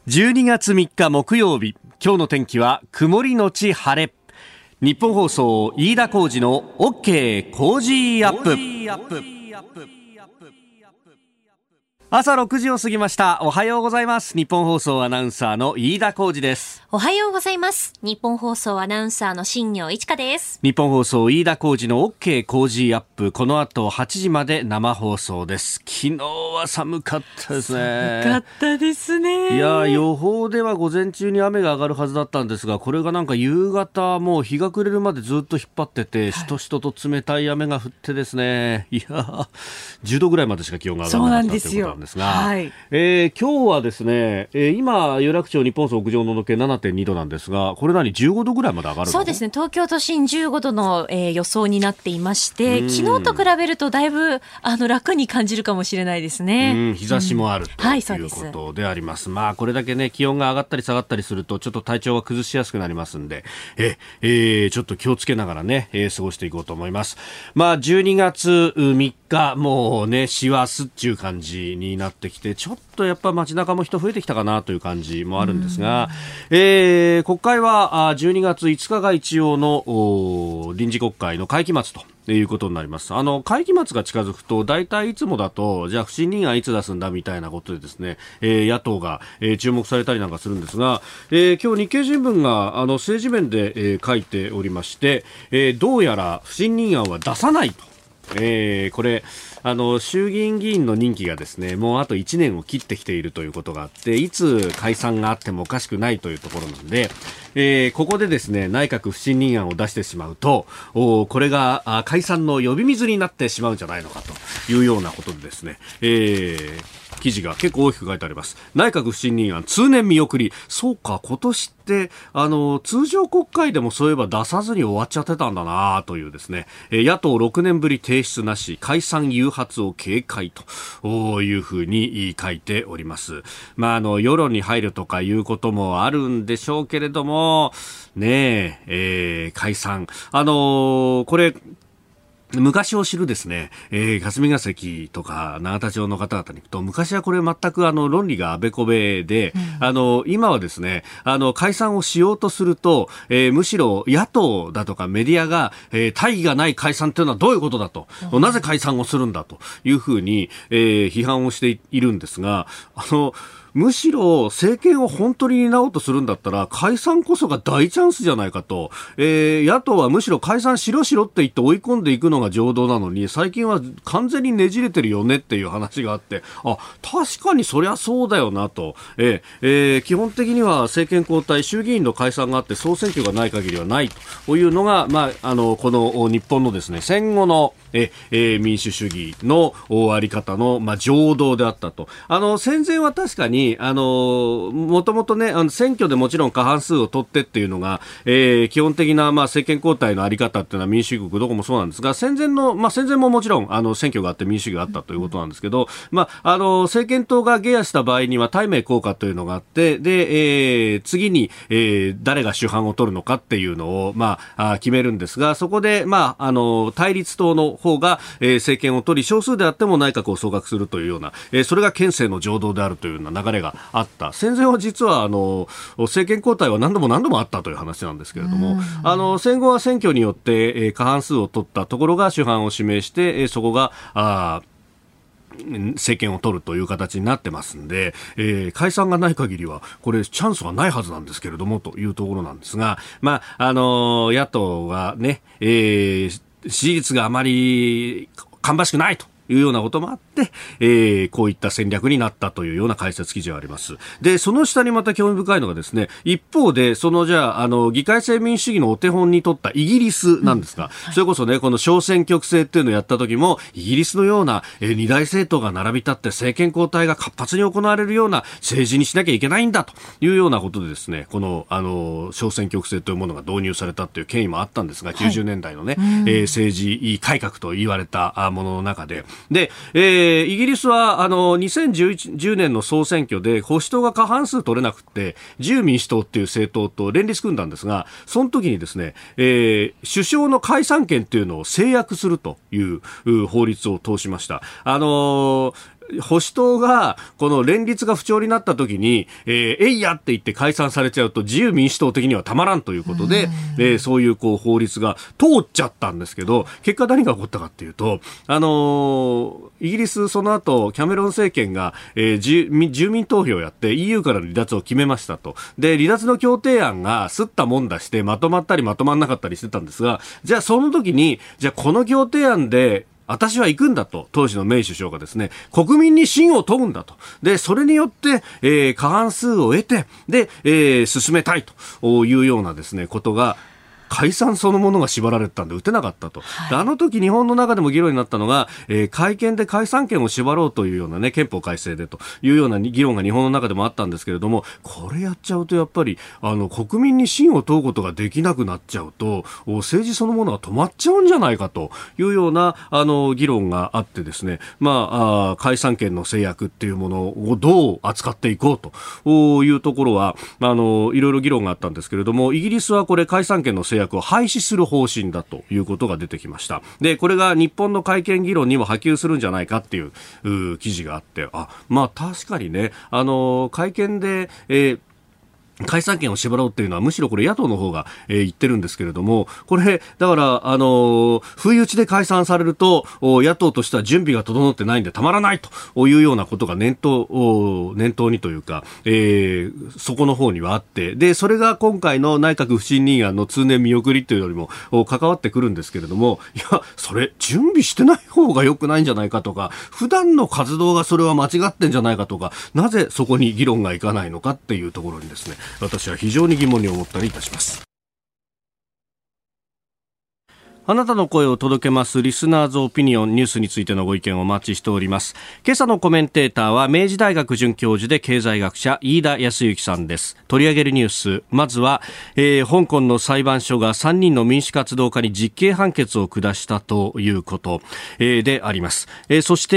12月3日木曜日、今日の天気は曇りのち晴れ。日本放送飯田浩司の OK 工事アップ。朝6時を過ぎました。おはようございます。日本放送アナウンサーの飯田浩司です。 おはようございます。日本放送アナウンサーの新業一華です。 日本放送飯田浩司の OK 工事アップ、この後8時まで生放送です。昨日は寒かったですね。 寒かったですね。 いや、予報では午前中に雨が上がるはずだったんですが、これがなんか夕方もう日が暮れるまでずっと引っ張ってて、しとしとと冷たい雨が降ってですね、いや10度ぐらいまでしか気温が上がらなかったということなんですが、 はい。 今日はですね、今有楽町日本放送屋上の温度計 7.2 度なんですが、これ何15度ぐらいまで上がるの？ そうですね、東京都心15度の、予想になっていまして、昨日と比べるとだいぶ楽に感じるかもしれないですね。 日差しもあるとはい、 いうことであります。まあこれだけね、気温が上がったり下がったりするとちょっと体調が崩しやすくなりますんで、ちょっと気をつけながらね、過ごしていこうと思います。まあ12月3日、もうね師走っていう感じになってきて、ちょっとやっぱ街中も人増えてきたかなという感じもあるんですが、国会は12月5日が一応の臨時国会の会期末ということになります。会期末が近づくと大体いつもだとじゃあ不信任案いつ出すんだみたいなことでですね、野党が、注目されたりなんかするんですが、今日日経新聞が政治面で、書いておりまして、どうやら不信任案は出さないと。これ衆議院議員の任期がですね、もうあと1年を切ってきているということがあって、いつ解散があってもおかしくないというところなんで、ここでですね内閣不信任案を出してしまうと、これが解散の呼び水になってしまうんじゃないのかというようなことでですね、記事が結構大きく書いてあります。内閣不信任案通年見送り。そうか、今年って通常国会でもそういえば出さずに終わっちゃってたんだなというですね、野党6年ぶり提出なし、解散誘発を警戒というふうに書いております。まあ世論に入るとかいうこともあるんでしょうけれどもね、解散これ昔を知るですね、霞が関とか永田町の方々に行くと、昔はこれ全く論理があべこべで、今はですね、解散をしようとすると、むしろ野党だとかメディアが、大義がない解散というのはどういうことだと、なぜ解散をするんだというふうに、批判をしているんですが、むしろ政権を本当に担おうとするんだったら解散こそが大チャンスじゃないかと、野党はむしろ解散しろしろって言って追い込んでいくのが常道なのに、最近は完全にねじれてるよねっていう話があって、確かにそりゃそうだよなと、基本的には政権交代、衆議院の解散があって総選挙がない限りはないというのが、この日本のですね戦後の民主主義のあり方の、常道であったと。戦前は確かにもともとね、選挙でもちろん過半数を取ってっていうのが、基本的な、政権交代のあり方っていうのは民主主義国どこもそうなんですが、戦前ももちろん選挙があって民主主義があったということなんですけど、政権党が下野した場合には対名効果というのがあって、で、次に、誰が主犯を取るのかっていうのを、決めるんですが、そこで、対立党の方が、政権を取り、少数であっても内閣を総括するというような、それが憲政の常道であるというような流れがあった。戦前は実は政権交代は何度もあったという話なんですけれども、戦後は選挙によって、過半数を取ったところが主犯を指名して、そこが政権を取るという形になってますんで、解散がない限りはこれチャンスはないはずなんですけれどもというところなんですが、野党がね、支持率があまり芳しくないというようなこともあって、こういった戦略になったというような解説記事があります。で、その下にまた興味深いのがですね、一方で議会制民主主義のお手本に取ったイギリスなんですが、それこそね、この小選挙区制っていうのをやった時も、イギリスのような、二大政党が並び立って政権交代が活発に行われるような政治にしなきゃいけないんだというようなことでですね、この小選挙区制というものが導入されたという経緯もあったんですが、90年代のね、政治改革と言われたものの中で、で、イギリスは2010年の総選挙で保守党が過半数取れなくて自由民主党っていう政党と連立組んだんですが、その時にですね、首相の解散権っていうのを制約するという法律を通しました。 保守党がこの連立が不調になった時に、えいやって言って解散されちゃうと自由民主党的にはたまらんということで、そういう法律が通っちゃったんですけど、結果何が起こったかっていうと、イギリスその後キャメロン政権が、住民投票をやって EU からの離脱を決めましたと。で、離脱の協定案がすったもんだしてまとまったりまとまんなかったりしてたんですが、じゃあその時に、じゃあこの協定案で私は行くんだと、当時のメイ首相がですね、国民に信を問うんだと。で、それによって、過半数を得て、で、進めたいというようなですね、ことが、解散そのものが縛られてたんで打てなかったと、はい、あの時日本の中でも議論になったのが、改憲で解散権を縛ろうというようなね、憲法改正でというような議論が日本の中でもあったんですけれども、これやっちゃうとやっぱり国民に信を問うことができなくなっちゃうと政治そのものが止まっちゃうんじゃないかというような議論があってですね、解散権の制約っていうものをどう扱っていこうというところはいろいろ議論があったんですけれども、イギリスはこれ解散権の制約を廃止する方針だということが出てきました。で、これが日本の改憲議論にも波及するんじゃないかっていう記事があって、確かにね、改憲で、解散権を縛ろうっていうのはむしろこれ野党の方が、言ってるんですけれども、これだから不意打ちで解散されると野党としては準備が整ってないんでたまらないというようなことが念頭にというか、そこの方にはあって、でそれが今回の内閣不信任案の通年見送りというよりも関わってくるんですけれども、いやそれ準備してない方が良くないんじゃないかとか、普段の活動がそれは間違ってんじゃないかとか、なぜそこに議論がいかないのかっていうところにですね、私は非常に疑問に思ったりいたします。あなたの声を届けますリスナーズオピニオン、ニュースについてのご意見をお待ちしております。今朝のコメンテーターは明治大学准教授で経済学者飯田康之さんです。取り上げるニュース、まずは、香港の裁判所が3人の民主活動家に実刑判決を下したということ、であります。そして、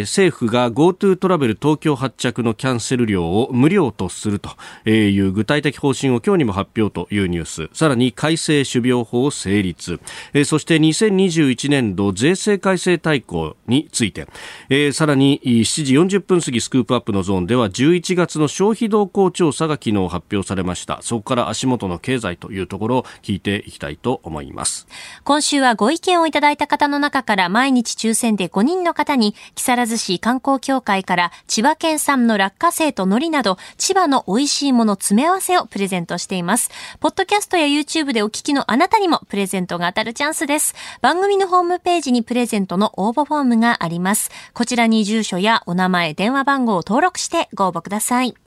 政府が GoTo トラベル東京発着のキャンセル料を無料とするという具体的方針を今日にも発表というニュース、さらに改正種苗法成立、そして2021年度税制改正大綱について、さらに7時40分過ぎスクープアップのゾーンでは11月の消費動向調査が昨日発表されました。そこから足元の経済というところを聞いていきたいと思います。 今週はご意見をいただいた方の中から毎日抽選で5人の方に木更津市観光協会から千葉県産の落花生と海苔など千葉の美味しいもの詰め合わせをプレゼントしています。ポッドキャストや YouTube でお聞きのあなたにもプレゼントが当たるチャンスです。番組のホームページにプレゼントの応募フォームがあります。こちらに住所やお名前、電話番号を登録してご応募ください。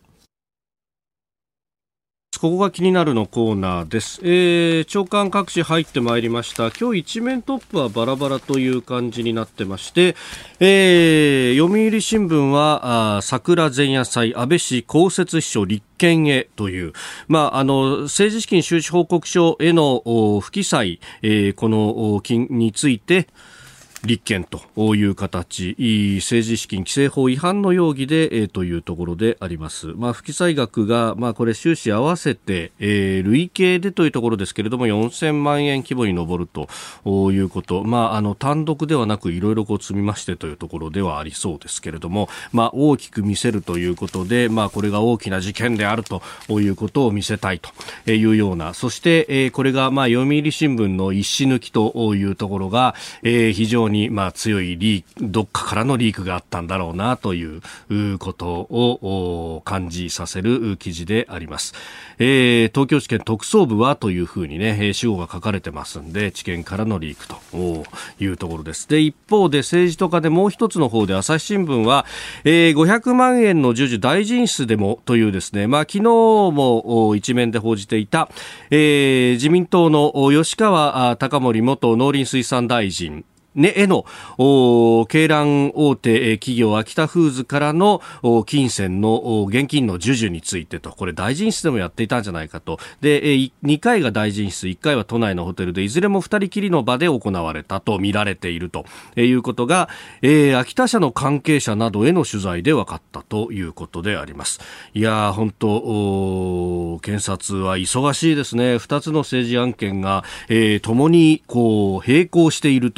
ここが気になるのコーナーです。朝刊各紙入ってまいりました。今日一面トップはバラバラという感じになってまして、読売新聞は桜前夜祭安倍氏公設秘書立件へという、政治資金収支報告書への不記載、この金について立件という形、政治資金規正法違反の容疑で、というところであります。不記載額が、これ収支合わせて、累計でというところですけれども4000万円規模に上るということ、単独ではなくいろいろ積みましてというところではありそうですけれども、大きく見せるということで、これが大きな事件であるということを見せたいというような、そして、これが読売新聞の一紙抜きというところが、非常に強いどっかからのリークがあったんだろうなということを感じさせる記事であります。東京地検特捜部はというふうにね、主語が書かれてますんで、地検からのリークというところです。で、一方で政治とかでもう一つの方で朝日新聞は、500万円の授受大臣室でもというですね、昨日も一面で報じていた、自民党の吉川貴盛元農林水産大臣への鶏卵大手企業秋田フーズからの金銭の現金の授受についてと、これ大臣室でもやっていたんじゃないかと。で、2回が大臣室、1回は都内のホテルで、いずれも2人きりの場で行われたと見られているということが、秋田社の関係者などへの取材で分かったということであります。いやー、本当検察は忙しいですね。2つの政治案件が、共に並行しているという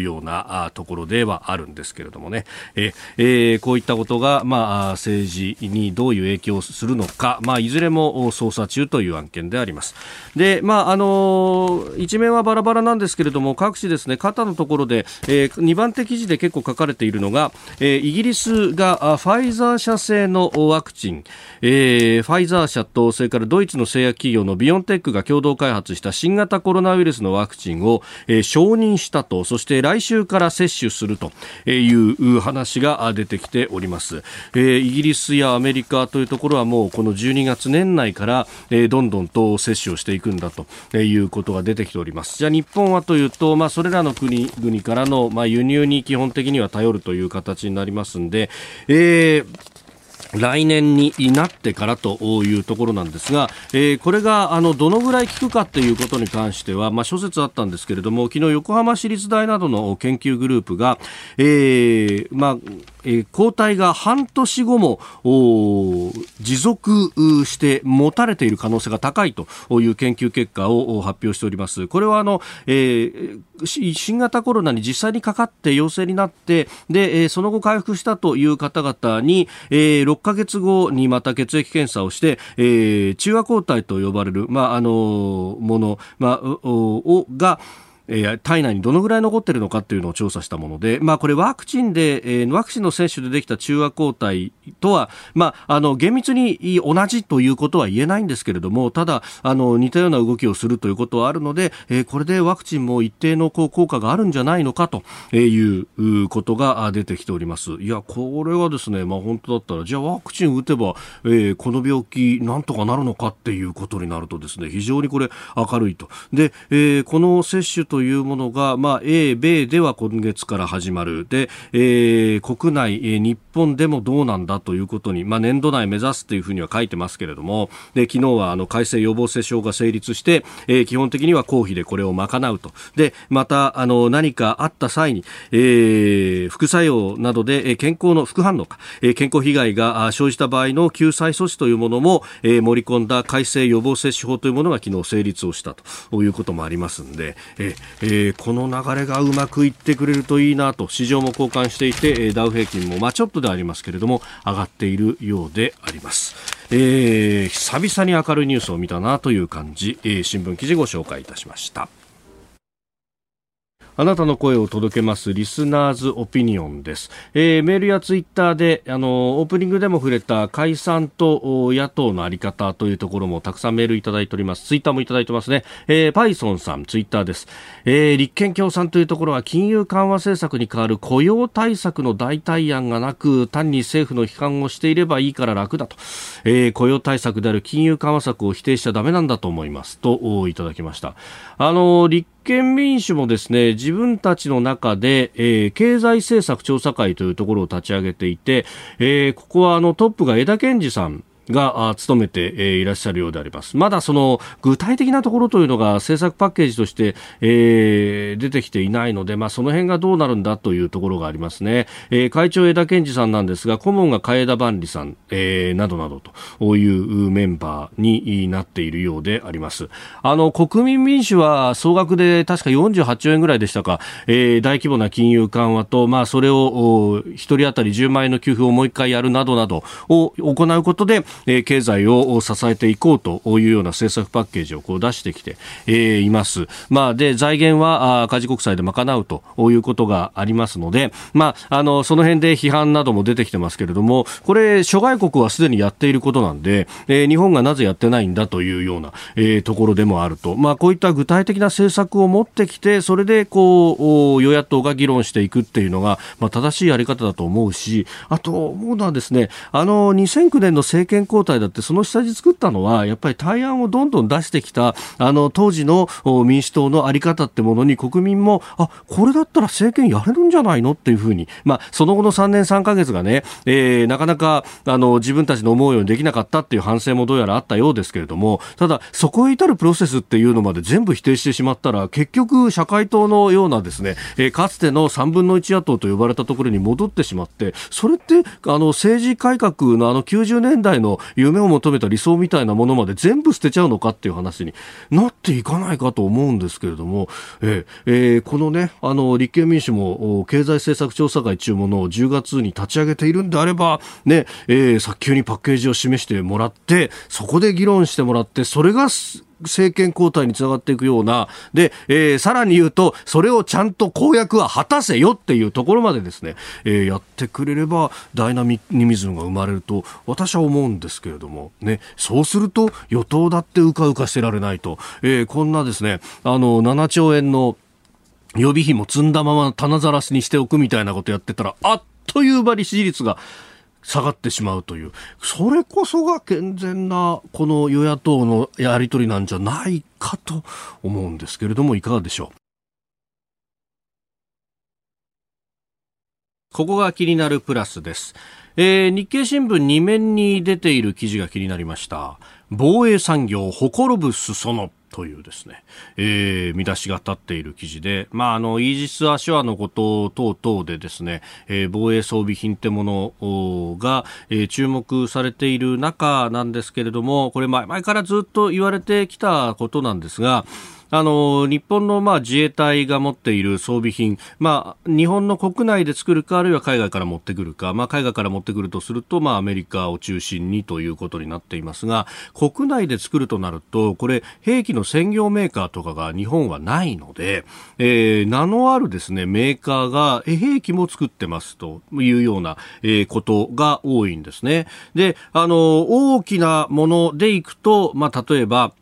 ようなところではあるんですけれどもね、こういったことが、政治にどういう影響をするのか、いずれも捜査中という案件であります。で、一面はバラバラなんですけれども、各紙ですね、肩のところで、2番手記事で結構書かれているのが、イギリスがファイザー社製のワクチン、ファイザー社とそれからドイツの製薬企業のビオンテックが共同開発した新型コロナウイルスのワクチンを、承認したと、そして来週から接種するという話が出てきております。イギリスやアメリカというところはもうこの12月年内から、どんどんと接種をしていくんだということが出てきております。じゃあ日本はというと、それらの国々からの、輸入に基本的には頼るという形になりますんで、来年になってからというところなんですが、これがどのぐらい効くかということに関しては、諸説あったんですけれども、昨日横浜市立大などの研究グループが、抗体が半年後も持続して持たれている可能性が高いという研究結果を発表しております。これは新型コロナに実際にかかって陽性になって、でその後回復したという方々に、6ヶ月後にまた血液検査をして、中和抗体と呼ばれる、もの、が体内にどのぐらい残っているのかというのを調査したもので、これワクチンの接種でできた中和抗体とは、厳密に同じということは言えないんですけれども、ただ似たような動きをするということはあるので、これでワクチンも一定の効果があるんじゃないのかということが出てきております。いや、これはですね、本当だったらじゃあワクチン打てば、この病気なんとかなるのかっていうことになるとですね、非常にこれ明るいと。で、この接種というものが、英米では今月から始まる。で、国内、日本でもどうなんだということに、年度内目指すというふうには書いてますけれども、で昨日は改正予防接種法が成立して、基本的には公費でこれを賄うと。でまた何かあった際に、副作用などで健康の副反応か、健康被害が生じた場合の救済措置というものも、盛り込んだ改正予防接種法というものが昨日成立をしたということもありますので、この流れがうまくいってくれるといいなと市場も好感していて、ダウ平均もちょっとでありますけれども上がっているようであります。久々に明るいニュースを見たなという感じ、新聞記事ご紹介いたしました。あなたの声を届けますリスナーズオピニオンです。メールやツイッターでオープニングでも触れた解散と野党のあり方というところもたくさんメールいただいております。ツイッターもいただいてますね。パイソンさんツイッターです。立憲共産というところは金融緩和政策に代わる雇用対策の代替案がなく、単に政府の批判をしていればいいから楽だと、雇用対策である金融緩和策を否定しちゃダメなんだと思いますといただきました。立憲民主もですね、自分たちの中で、経済政策調査会というところを立ち上げていて、ここはトップが江田憲司さんが務めていらっしゃるようであります。まだその具体的なところというのが政策パッケージとして、出てきていないので、その辺がどうなるんだというところがありますね。会長江田憲司さんなんですが、顧問が海江田万里さん、などなどというメンバーになっているようであります。国民民主は総額で確か48兆円ぐらいでしたか、大規模な金融緩和と、それを1人当たり10万円の給付をもう一回やるなどなどを行うことで、経済を支えていこうというような政策パッケージを出してきて、います。で財源は赤字国債で賄うということがありますので、その辺で批判なども出てきてますけれども、これ諸外国はすでにやっていることなんで、日本がなぜやってないんだというような、ところでもあると。こういった具体的な政策を持ってきて、それで与野党が議論していくっていうのが、正しいやり方だと思うし、あと思うのはですね、2009年の政権交代だってその下地作ったのはやっぱり対案をどんどん出してきた当時の民主党のあり方ってものに国民もこれだったら政権やれるんじゃないのっていうふうに、その後の3年3ヶ月がね、なかなか自分たちの思うようにできなかったっていう反省もどうやらあったようですけれども、ただそこへ至るプロセスっていうのまで全部否定してしまったら結局社会党のようなですね、かつての3分の1野党と呼ばれたところに戻ってしまって、それって政治改革の90年代のの夢を求めた理想みたいなものまで全部捨てちゃうのかっていう話になっていかないかと思うんですけれども、このね、立憲民主も経済政策調査会というものを10月に立ち上げているんであれば、ね、早急にパッケージを示してもらって、そこで議論してもらって、それが政権交代につながっていくようなで、さらに言うとそれをちゃんと公約は果たせよっていうところまでですね、やってくれればダイナミズムが生まれると私は思うんですけれどもね。そうすると与党だってうかうかしてられないと、こんなですね7兆円の予備費も積んだまま棚ざらしにしておくみたいなことやってたらあっという間に支持率が下がってしまうという、それこそが健全なこの与野党のやり取りなんじゃないかと思うんですけれども、いかがでしょう。ここが気になるプラスです。日経新聞2面に出ている記事が気になりました。防衛産業ほころぶ裾野というですね、見出しが立っている記事で、イージス・アショアのこと等々でですね、防衛装備品ってものが、注目されている中なんですけれども、これ前からずっと言われてきたことなんですが、日本の自衛隊が持っている装備品、日本の国内で作るかあるいは海外から持ってくるか、海外から持ってくるとすると、アメリカを中心にということになっていますが、国内で作るとなるとこれ兵器の専業メーカーとかが日本はないので、名のあるですねメーカーが兵器も作ってますというような、ことが多いんですね。で、大きなものでいくと、例えば、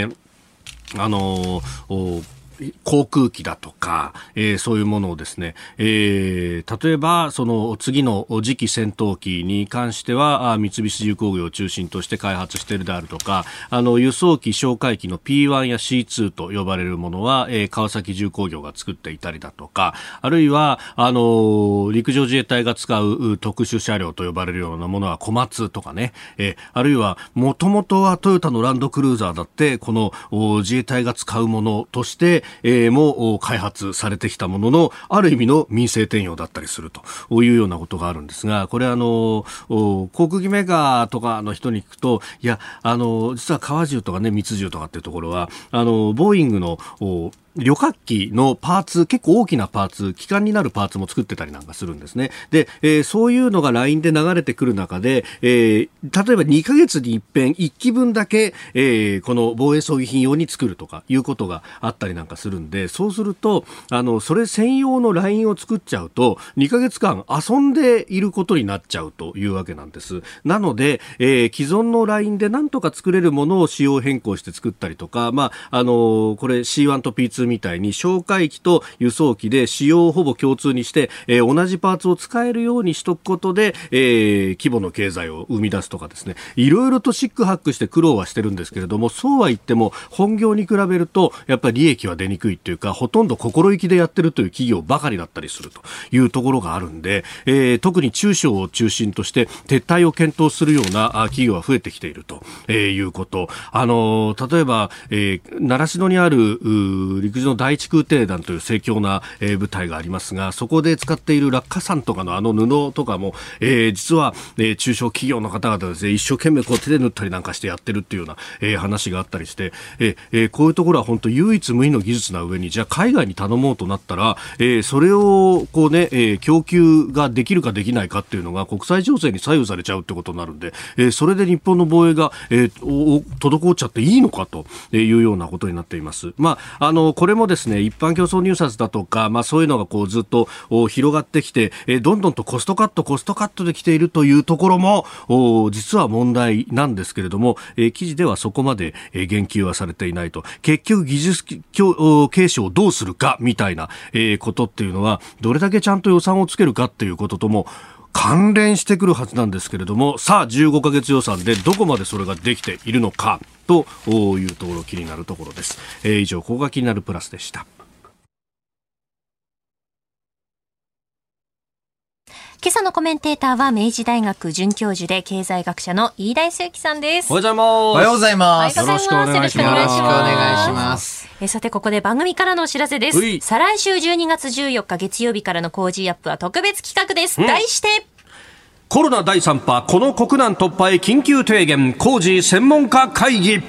航空機だとか、そういうものをですね、例えばその次の次期戦闘機に関しては三菱重工業を中心として開発しているであるとか、輸送機哨戒機の P1 や C2 と呼ばれるものは、川崎重工業が作っていたりだとか、あるいは陸上自衛隊が使う特殊車両と呼ばれるようなものは小松とかね、あるいはもともとはトヨタのランドクルーザーだってこの自衛隊が使うものとしても開発されてきたものの、ある意味の民生転用だったりするというようなことがあるんですが、これ航空機メーカーとかの人に聞くと、いや実は川重とかね密重とかっていうところはボーイングの旅客機のパーツ、結構大きなパーツ、基幹になるパーツも作ってたりなんかするんですね。で、そういうのがラインで流れてくる中で、例えば2ヶ月に一遍1機分だけ、この防衛装備品用に作るとかいうことがあったりなんかするんで、そうするとそれ専用のラインを作っちゃうと2ヶ月間遊んでいることになっちゃうというわけなんです。なので、既存のラインでなんとか作れるものを仕様変更して作ったりとか、これ C1 と P2みたいに哨戒機と輸送機で仕様をほぼ共通にして、同じパーツを使えるようにしとくことで、規模の経済を生み出すとかですね、いろいろとシックハックして苦労はしてるんですけれども、そうは言っても本業に比べるとやっぱり利益は出にくいというか、ほとんど心意気でやってるという企業ばかりだったりするというところがあるんで、特に中小を中心として撤退を検討するような企業は増えてきているということ。例えば、習志野にある陸上の第一空挺団という盛況な、部隊がありますが、そこで使っている落下傘とかの布とかも、実は、中小企業の方々ですね、一生懸命こう手で縫ったりなんかしてやってるっていうような、話があったりして、こういうところは本当唯一無二の技術な上に、じゃあ海外に頼もうとなったら、それをこうね、供給ができるかできないかっていうのが国際情勢に左右されちゃうってことになるんで、それで日本の防衛が、滞っちゃっていいのかというようなことになっています。これもですね、一般競争入札だとか、そういうのがこうずっと広がってきて、どんどんとコストカットできているというところも実は問題なんですけれども、記事ではそこまで言及はされていないと。結局技術継承をどうするかみたいなことっていうのは、どれだけちゃんと予算をつけるかっていうこととも関連してくるはずなんですけれども、さあ15ヶ月予算でどこまでそれができているのかというところ、気になるところです。以上、ここが気になるプラスでした。 今朝のコメンテーターは明治大学准教授で経済学者の飯田康之さんです。 おはようございます。 よろしくお願いします。 よろしくお願いします。 さて、ここで番組からのお知らせです。再来週12月14日月曜日からのコージーアップは特別企画です。題してコロナ第3波、この国難突破へ緊急提言、工事専門家会議。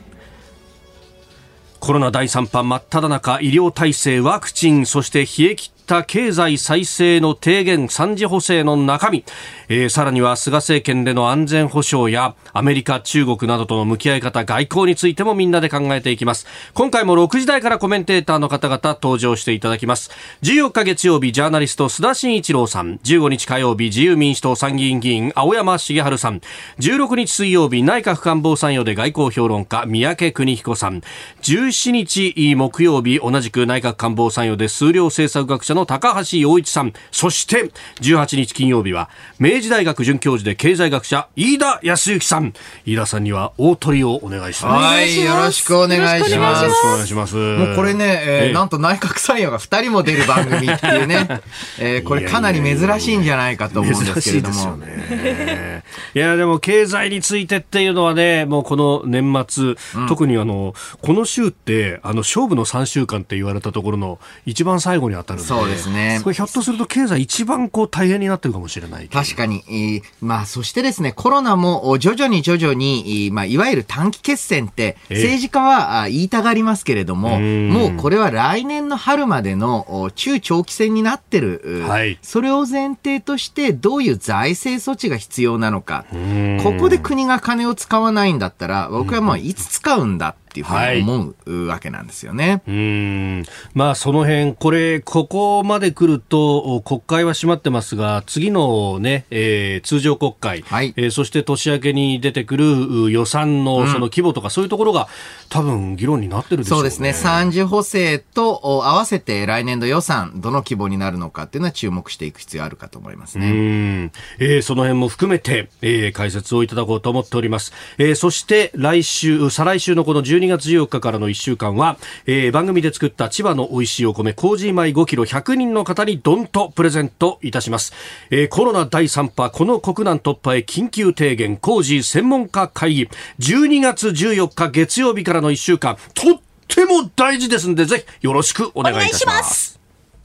コロナ第3波真っ只中、医療体制、ワクチン、そして冷え切った経済再生の提言、3次補正の中身、さらには菅政権での安全保障やアメリカ、中国などとの向き合い方、外交についてもみんなで考えていきます。今回も6時台からコメンテーターの方々登場していただきます。14日月曜日、ジャーナリスト須田慎一郎さん、15日火曜日、自由民主党参議院議員青山茂春さん、16日水曜日、内閣官房参与で外交評論家三宅邦彦さん、17日木曜日、同じく内閣官房参与で数量政策学者の高橋洋一さん、そして18日金曜日は明治大学准教授で経済学者飯田康之さん。飯田さんには大トリをお願いします。 はい、よろしくお願いします。 よろしくお願いします。 もうこれね、なんと内閣参与が2人も出る番組っていうね、これかなり珍しいんじゃないかと思うんですけれども。 珍しいですよね。いやでも経済についてっていうのはね、もうこの年末、特にこの週って勝負の3週間って言われたところの一番最後に当たるんで、 そうですね。 これひょっとすると経済一番大変になってるかもしれない。 確かに、そしてですね、コロナも徐々に、いわゆる短期決戦って政治家は言いたがりますけれども、もうこれは来年の春までの中長期戦になってる、はい、それを前提としてどういう財政措置が必要なのか、ここで国が金を使わないんだったら僕はもういつ使うんだっていうふうに思うわけなんですよね。 その辺ここまで来ると国会は閉まってますが、次のね、通常国会、はい、そして年明けに出てくる予算のその規模とか、そういうところが多分議論になってるでしょうね。 そうですね。3次補正と合わせて来年度予算どの規模になるのかっていうのは注目していく必要あるかと思いますね。 その辺も含めて、解説をいただこうと思っております。そして再来週のこの12月14日からの1週間は、番組で作った千葉の美味しいお米麹米5キロ100人の方にドンとプレゼントいたします。コロナ第3波、この国難突破へ緊急提言、麹専門家会議、12月14日月曜日からの1週間、とっても大事ですので、ぜひよろしくお願いいたします。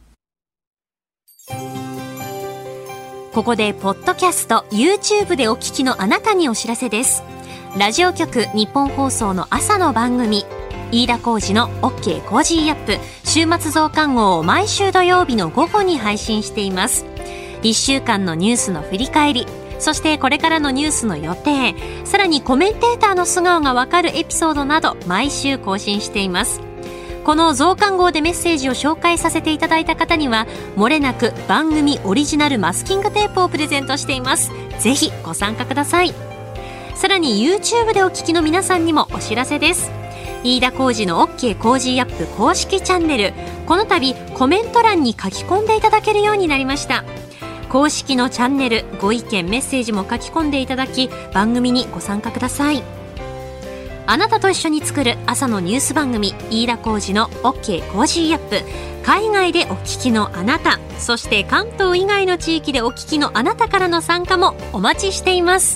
ここでポッドキャスト YouTube でお聞きのあなたにお知らせです。ラジオ局日本放送の朝の番組、飯田浩司の OK コージーアップ週末増刊号を毎週土曜日の午後に配信しています。1週間のニュースの振り返り、そしてこれからのニュースの予定、さらにコメンテーターの素顔がわかるエピソードなど毎週更新しています。この増刊号でメッセージを紹介させていただいた方には漏れなく番組オリジナルマスキングテープをプレゼントしています。ぜひご参加ください。さらに YouTube でお聞きの皆さんにもお知らせです。飯田浩司の OK コージーアップ公式チャンネル、この度コメント欄に書き込んでいただけるようになりました。公式のチャンネル、ご意見メッセージも書き込んでいただき、番組にご参加ください。あなたと一緒に作る朝のニュース番組、飯田浩司の OK コージーアップ、海外でお聞きのあなた、そして関東以外の地域でお聞きのあなたからの参加もお待ちしています。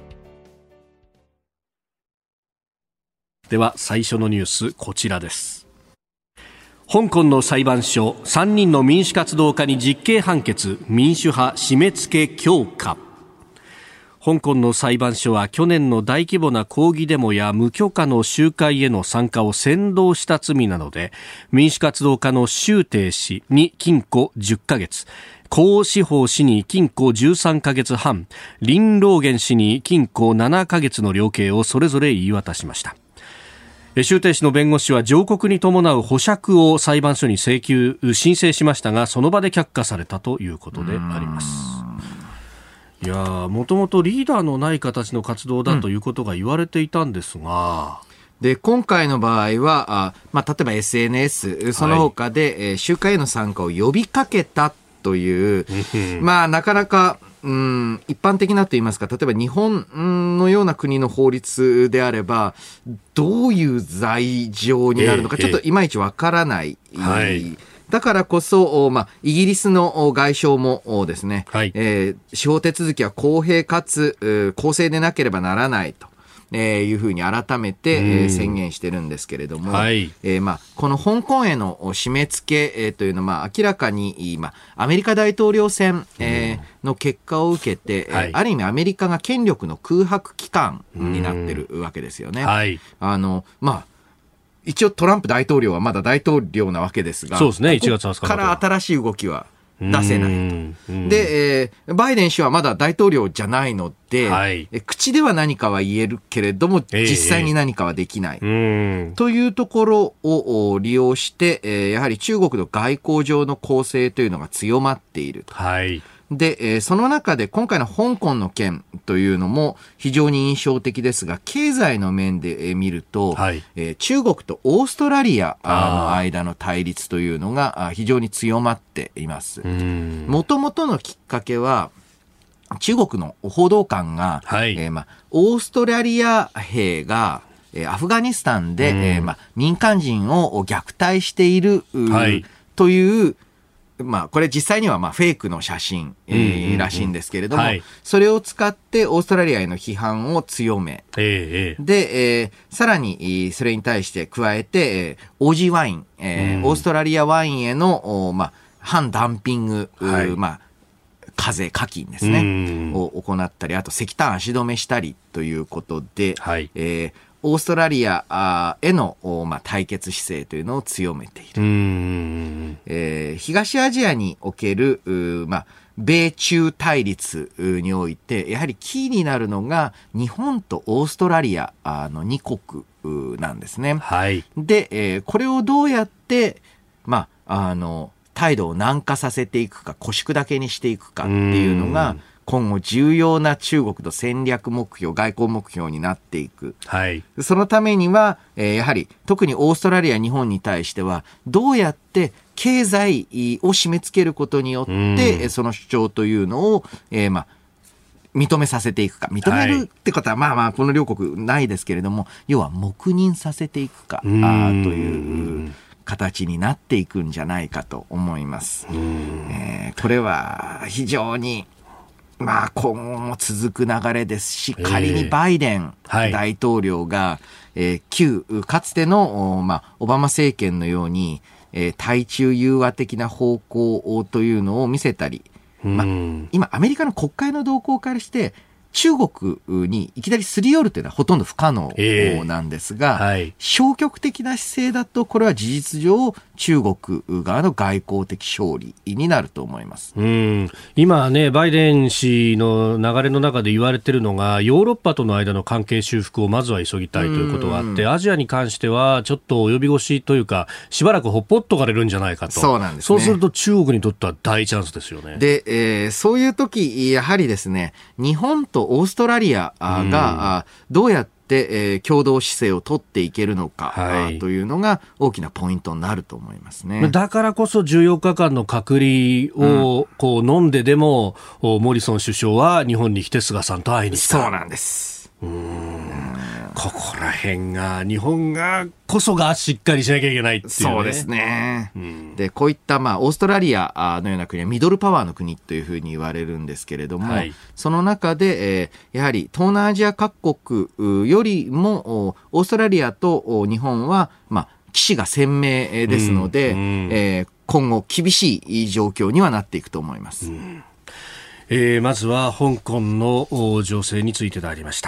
では最初のニュース、こちらです。香港の裁判所、3人の民主活動家に実刑判決、民主派締め付け強化。香港の裁判所は去年の大規模な抗議デモや無許可の集会への参加を扇動した罪などで、民主活動家の周庭氏に禁錮10ヶ月、江志峰氏に禁錮13ヶ月半、林老元氏に禁錮7ヶ月の量刑をそれぞれ言い渡しました。周庭氏の弁護士は上告に伴う保釈を裁判所に申請しましたが、その場で却下されたということであります。いやもともとリーダーのない形の活動だということが言われていたんですが、 で今回の場合は例えば SNS その他で、集会への参加を呼びかけたというなかなか一般的なと言いますか、例えば日本のような国の法律であればどういう罪状になるのかちょっといまいちわからない、だからこそ、イギリスの外相もですね、司法手続きは公平かつ公正でなければならないと。 いうふうに改めて、宣言してるんですけれども、 はい、 この香港への締め付け、というのは、明らかに、アメリカ大統領選、の結果を受けて、はい、ある意味アメリカが権力の空白期間になってるわけですよね。 はい、 一応トランプ大統領はまだ大統領なわけですが、 そうですね、1月20日から新しい動きは出せないと。で、バイデン氏はまだ大統領じゃないので、はい、口では何かは言えるけれども、実際に何かはできない。というところを利用して、やはり中国の外交上の攻勢というのが強まっていると。 はい、 で、その中で今回の香港の件というのも非常に印象的ですが、経済の面で見ると、はい、中国とオーストラリアの間の対立というのが非常に強まっています。もともとのきっかけは、中国の報道官が、はい、オーストラリア兵がアフガニスタンで、民間人を虐待している、はい、という、これ実際にはフェイクの写真、らしいんですけれども、はい、それを使ってオーストラリアへの批判を強め、で、さらにそれに対して加えて、オージーワイン、オーストラリアワインへの、反ダンピング、はい、課金ですね、を行ったり、あと石炭足止めしたりということで、はい、オーストラリアへの、対決姿勢というのを強めている。東アジアにおける、米中対立において、やはりキーになるのが日本とオーストラリアの2国なんですね。はい、で、これをどうやって、態度を軟化させていくか、腰砕けにしていくかっていうのが、今後重要な中国の戦略目標、外交目標になっていく。はい、そのためには、やはり特にオーストラリア、日本に対しては、どうやって経済を締め付けることによって、その主張というのを、認めさせていくか。認めるってことは、この両国ないですけれども、要は黙認させていくか、という形になっていくんじゃないかと思います。これは非常に、今後も続く流れですし、仮にバイデン大統領が、かつての、オバマ政権のように、対中融和的な方向というのを見せたり、今アメリカの国会の動向からして中国にいきなりすり寄るというのはほとんど不可能なんですが、消極的な姿勢だとこれは事実上中国側の外交的勝利になると思います。 今ね、バイデン氏の流れの中で言われているのが、ヨーロッパとの間の関係修復をまずは急ぎたいということがあって、アジアに関してはちょっと及び腰というか、しばらくほっぽっとかれるんじゃないかと。 そうなんですね。 そうすると中国にとっては大チャンスですよね。 で、そういう時、やはりですね、日本とオーストラリアがどうやって共同姿勢を取っていけるのか、というのが大きなポイントになると思いますね。 だからこそ14日間の隔離を飲んででも、モリソン首相は日本に来て菅さんと会いに来た。 そうなんです。 ここら辺が日本がこそがしっかりしなきゃいけないっていうね。 そうですね。で、こういったオーストラリアのような国はミドルパワーの国というふうに言われるんですけれども、その中で、やはり東南アジア各国よりもオーストラリアと日本は旗手が鮮明ですので、今後厳しい状況にはなっていくと思います。 まずは香港の情勢についてでありました。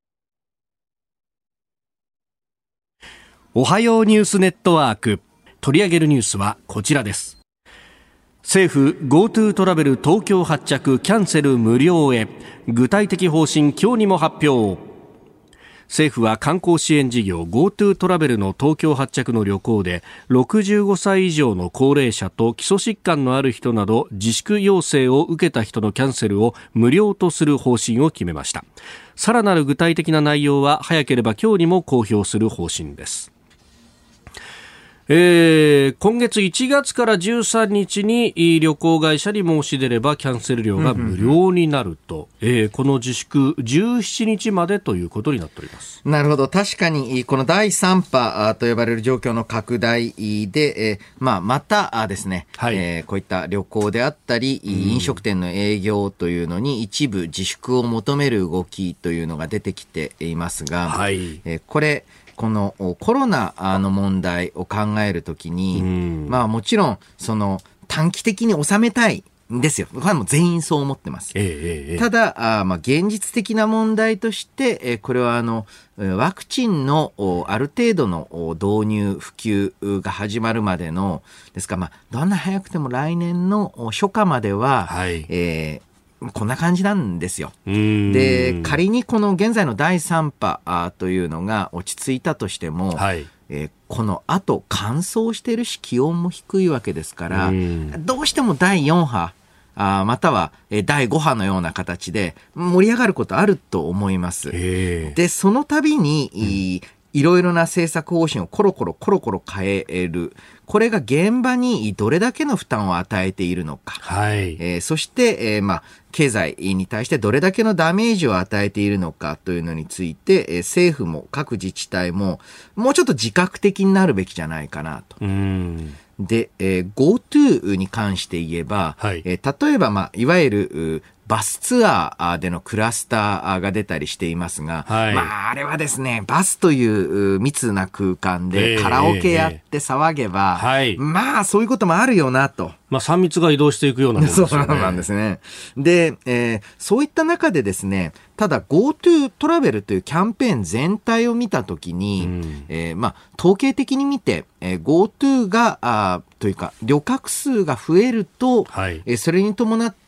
おはようニュースネットワーク、取り上げるニュースはこちらです。政府 GoTo トラベル東京発着キャンセル無料へ、具体的方針今日にも発表。政府は観光支援事業 GoTo トラベルの東京発着の旅行で、65歳以上の高齢者と基礎疾患のある人など自粛要請を受けた人のキャンセルを無料とする方針を決めました。さらなる具体的な内容は早ければ今日にも公表する方針です。 今月1月から13日に旅行会社に申し出ればキャンセル料が無料になると、この自粛17日までということになっております。 なるほど。確かにこの第3波と呼ばれる状況の拡大で、またですね、はい、こういった旅行であったり飲食店の営業というのに一部自粛を求める動きというのが出てきていますが、はい、このコロナの問題を考えるときに、もちろんその短期的に収めたいんですよ。これはもう全員そう思ってます。ただ現実的な問題として、これはワクチンのある程度の導入普及が始まるまでのですからどんな早くても来年の初夏までは、はいこんな感じなんですよ。で、仮にこの現在の第3波というのが落ち着いたとしても、はいこの後乾燥してるし気温も低いわけですからどうしても第4波または第5波のような形で盛り上がることあると思います。でその度に、いろいろな政策方針をコロコロ変える。これが現場にどれだけの負担を与えているのか。はいそして、経済に対してどれだけのダメージを与えているのかというのについて、政府も各自治体ももうちょっと自覚的になるべきじゃないかなと。で、GoTo に関して言えば、はい例えば、いわゆるバスツアーでのクラスターが出たりしていますが、はいあれはですね、バスという密な空間でカラオケやって騒げば、そういうこともあるよなと。 3密が移動していくようなものですよね。 そうなんですね。で、そういった中でですね、ただ GoTo トラベルというキャンペーン全体を見たときに、統計的に見て、GoTo がというか旅客数が増えると、はいそれに伴って、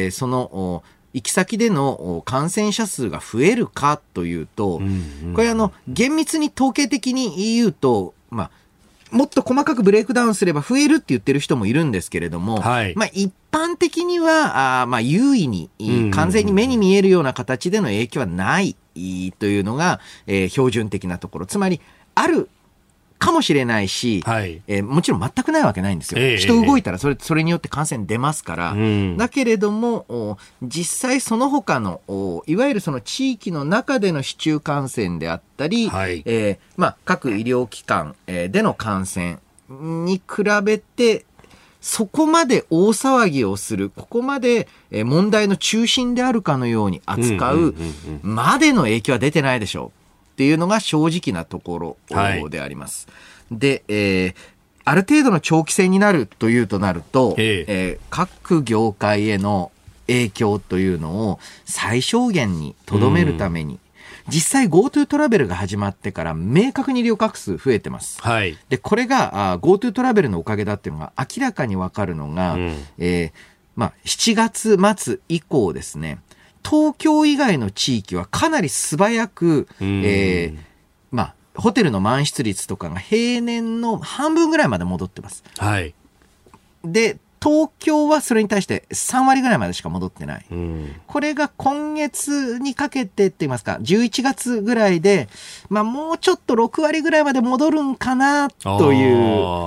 その行き先での感染者数が増えるかというと、これ厳密に統計的に言うと、もっと細かくブレイクダウンすれば増えるって言ってる人もいるんですけれども、はい一般的には優位に完全に目に見えるような形での影響はないというのが、標準的なところ。つまりあるかもしれないし、はいもちろん全くないわけないんですよ。人動いたらそれによって感染出ますから、だけれども実際その他のいわゆるその地域の中での市中感染であったり、はい各医療機関での感染に比べてそこまで大騒ぎをする、ここまで問題の中心であるかのように扱うまでの影響は出てないでしょうっていうのが正直なところであります。はい、で、ある程度の長期戦になるとなると、各業界への影響というのを最小限にとどめるために、実際 GoTo トラベルが始まってから明確に旅客数増えてます。はい、でこれが GoTo トラベルのおかげだっていうのが明らかに分かるのが、7月末以降ですね。東京以外の地域はかなり素早く、ホテルの満室率とかが平年の半分ぐらいまで戻ってます。はい。で、東京はそれに対して3割ぐらいまでしか戻ってない。これが今月にかけてって言いますか、11月ぐらいで、もうちょっと6割ぐらいまで戻るんかなという。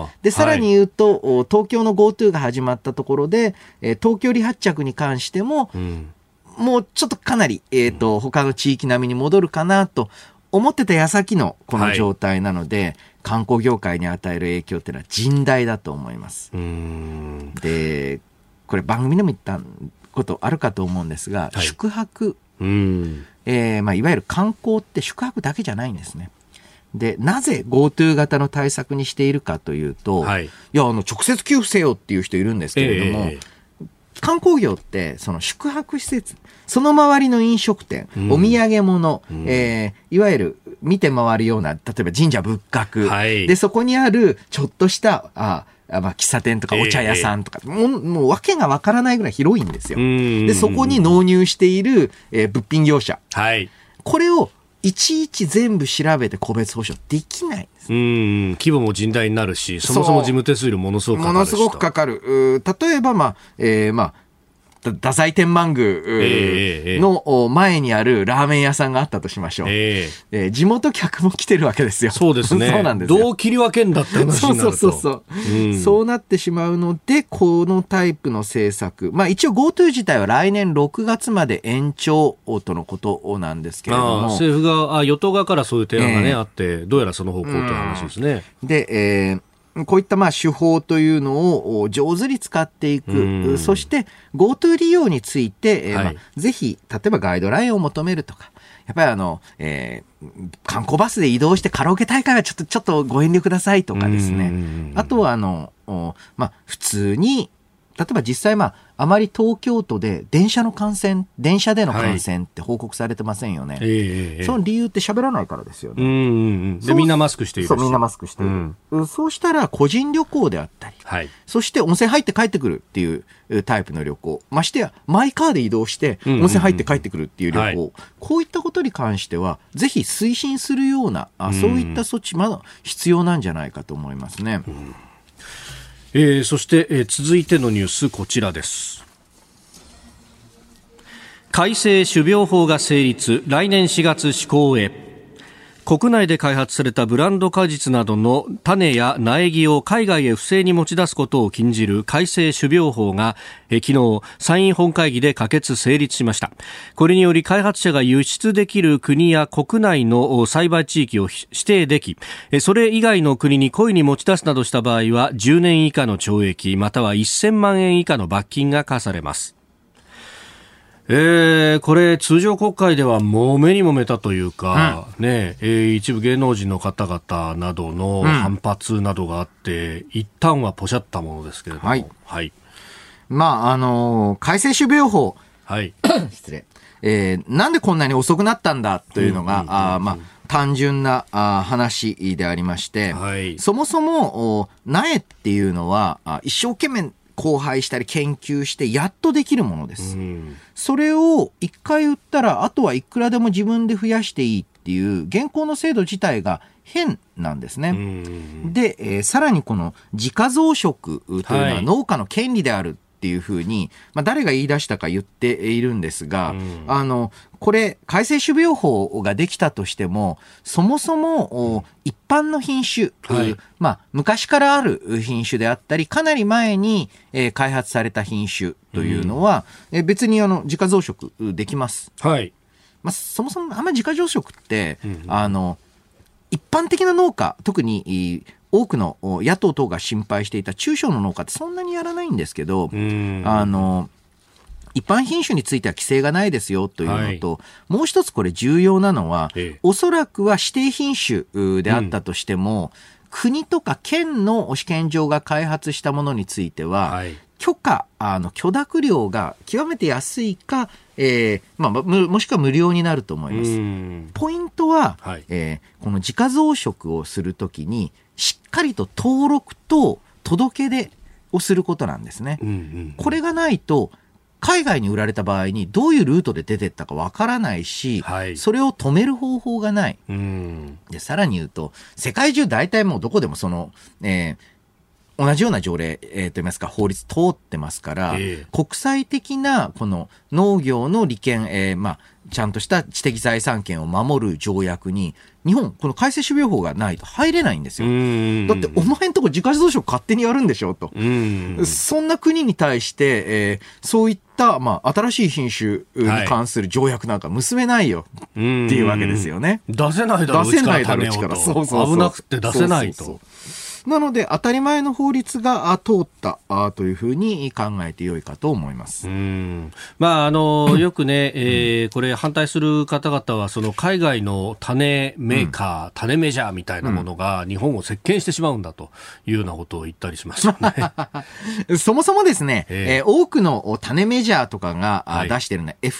で、さらに言うと、東京の GoTo が始まったところで、東京離発着に関しても、もうちょっとかなり、他の地域並みに戻るかなと思ってた矢先のこの状態なので、観光業界に与える影響っていうのは甚大だと思います。で、これ番組でも言ったことあるかと思うんですが、宿泊、いわゆる観光って宿泊だけじゃないんですね。で、なぜ GoTo 型の対策にしているかというと、直接給付せよっていう人いるんですけれども、観光業ってその宿泊施設、その周りの飲食店、お土産物、いわゆる見て回るような、例えば神社仏閣、でそこにあるちょっとした喫茶店とかお茶屋さんとか、もう訳がわからないぐらい広いんですよ。でそこに納入している、物品業者、これをいちいち全部調べて個別保証できないんです。 規模も甚大になるし、そもそも事務手数料ものすごくかかるし。 ものすごくかかる。例えば、 太宰天満宮の前にあるラーメン屋さんがあったとしましょう。地元客も来てるわけですよ。 そうですね。 そうなんですよ。 どう切り分けんだって話になると。 そうなってしまうので、このタイプの政策、一応 GoTo 自体は来年6月まで延長とのことなんですけれども、 政府側、与党側からそういう提案がね、あって、どうやらその方向という話ですね。 で、こういった手法というのを上手に使っていく。そして GoTo 利用について、ぜひ、例えばガイドラインを求めるとか、やっぱり観光バスで移動してカラオケ大会はちょっとご遠慮くださいとかですね。あとは普通に、例えば実際あまり東京都で電車での感染って報告されてませんよね。その理由って喋らないからですよね。 でみんなマスクしている。 そう、みんなマスクしている。そうしたら個人旅行であったり、そして温泉入って帰ってくるっていうタイプの旅行、ましてやマイカーで移動して温泉入って帰ってくるっていう旅行、こういったことに関してはぜひ推進するようなそういった措置まだ必要なんじゃないかと思いますね。 そして、続いてのニュースこちらです。改正種苗法が成立、来年4月施行へ。国内で開発されたブランド果実などの種や苗木を海外へ不正に持ち出すことを禁じる改正種苗法が昨日参院本会議で可決成立しました。これにより開発者が輸出できる国や国内の栽培地域を指定でき、それ以外の国に故意に持ち出すなどした場合は10年以下の懲役または1000万円以下の罰金が課されます。これ通常国会ではもめにもめたというか、一部芸能人の方々などの反発などがあって、一旦はポシャったものですけれども、 改正種苗法、失礼、なんでこんなに遅くなったんだというのが、単純な話でありまして、そもそも苗っていうのは一生懸命交配したり研究してやっとできるものです。それを一回売ったらあとはいくらでも自分で増やしていいっていう現行の制度自体が変なんですね。で、さらにこの自家増殖というのは農家の権利であるっていうふうに、誰が言い出したか言っているんですが、これ改正種苗法ができたとしてもそもそも一般の品種、昔からある品種であったりかなり前に開発された品種というのは別に自家増殖できます。そもそもあんまり自家増殖って一般的な農家、特に多くの野党等が心配していた中小の農家ってそんなにやらないんですけど、一般品種については規制がないですよというのと、もう一つこれ重要なのは、おそらくは指定品種であったとしても、国とか県の試験場が開発したものについては、許諾料が極めて安いか、もしくは無料になると思います。ポイントは、この自家増殖をするときにしっかりと登録と届け出をすることなんですね。これがないと海外に売られた場合にどういうルートで出てったかわからないし、それを止める方法がない。で、さらに言うと世界中大体もうどこでも同じような条例、といいますか法律通ってますから、国際的なこの農業の利権、ちゃんとした知的財産権を守る条約に日本この改正種苗法がないと入れないんですよ。だってお前んとこ自家増殖勝手にやるんでしょと。そんな国に対して、そういった新しい品種に関する条約なんか結べないよっていうわけですよね。 出せないだろうちから種をと。危なくて出せないと。 なので当たり前の法律が通ったというふうに考えてよいかと思います。 よくね、これ反対する方々はその海外の種メーカー、種メジャーみたいなものが日本を席巻してしまうんだというようなことを言ったりしますよね。 そもそもですね、多くの種メジャーとかが出しているのは F1 っ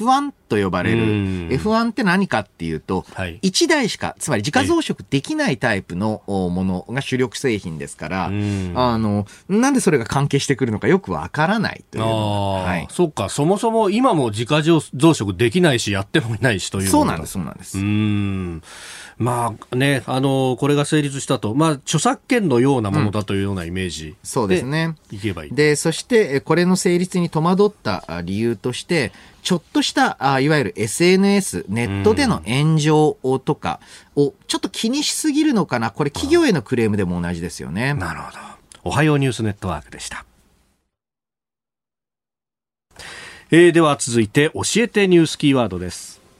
と呼ばれる F1 って何かっていうと、 はい、 1台しか、つまり自家増殖できないタイプのものが主力製品ですから、なんでそれが関係してくるのかよくわからないというのが、はい、 そうか、そもそも今も自家増殖できないしやってもいないしという。 そうなんです、そうなんです。 まあね、これが成立したと、まあ著作権のようなものだというようなイメージ、 そうですね。 いけばいい。 で、そしてこれの成立に戸惑った理由として、ちょっとしたいわゆる SNS、ネットでの炎上とかをちょっと気にしすぎるのかな。これ企業へのクレームでも同じですよね。 なるほど。おはようニュースネットワークでした。では続いて教えてニュースキーワードです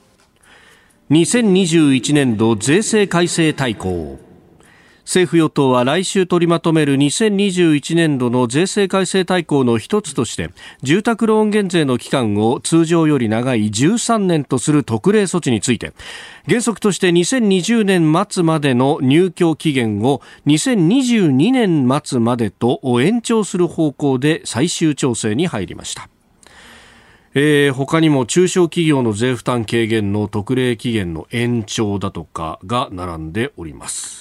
。2021年度税制改正大綱。政府与党は来週取りまとめる2021年度の税制改正大綱の一つとして、住宅ローン減税の期間を通常より長い13年とする特例措置について、原則として2020年末までの入居期限を2022年末までと延長する方向で最終調整に入りました。他にも中小企業の税負担軽減の特例期限の延長だとかが並んでおります。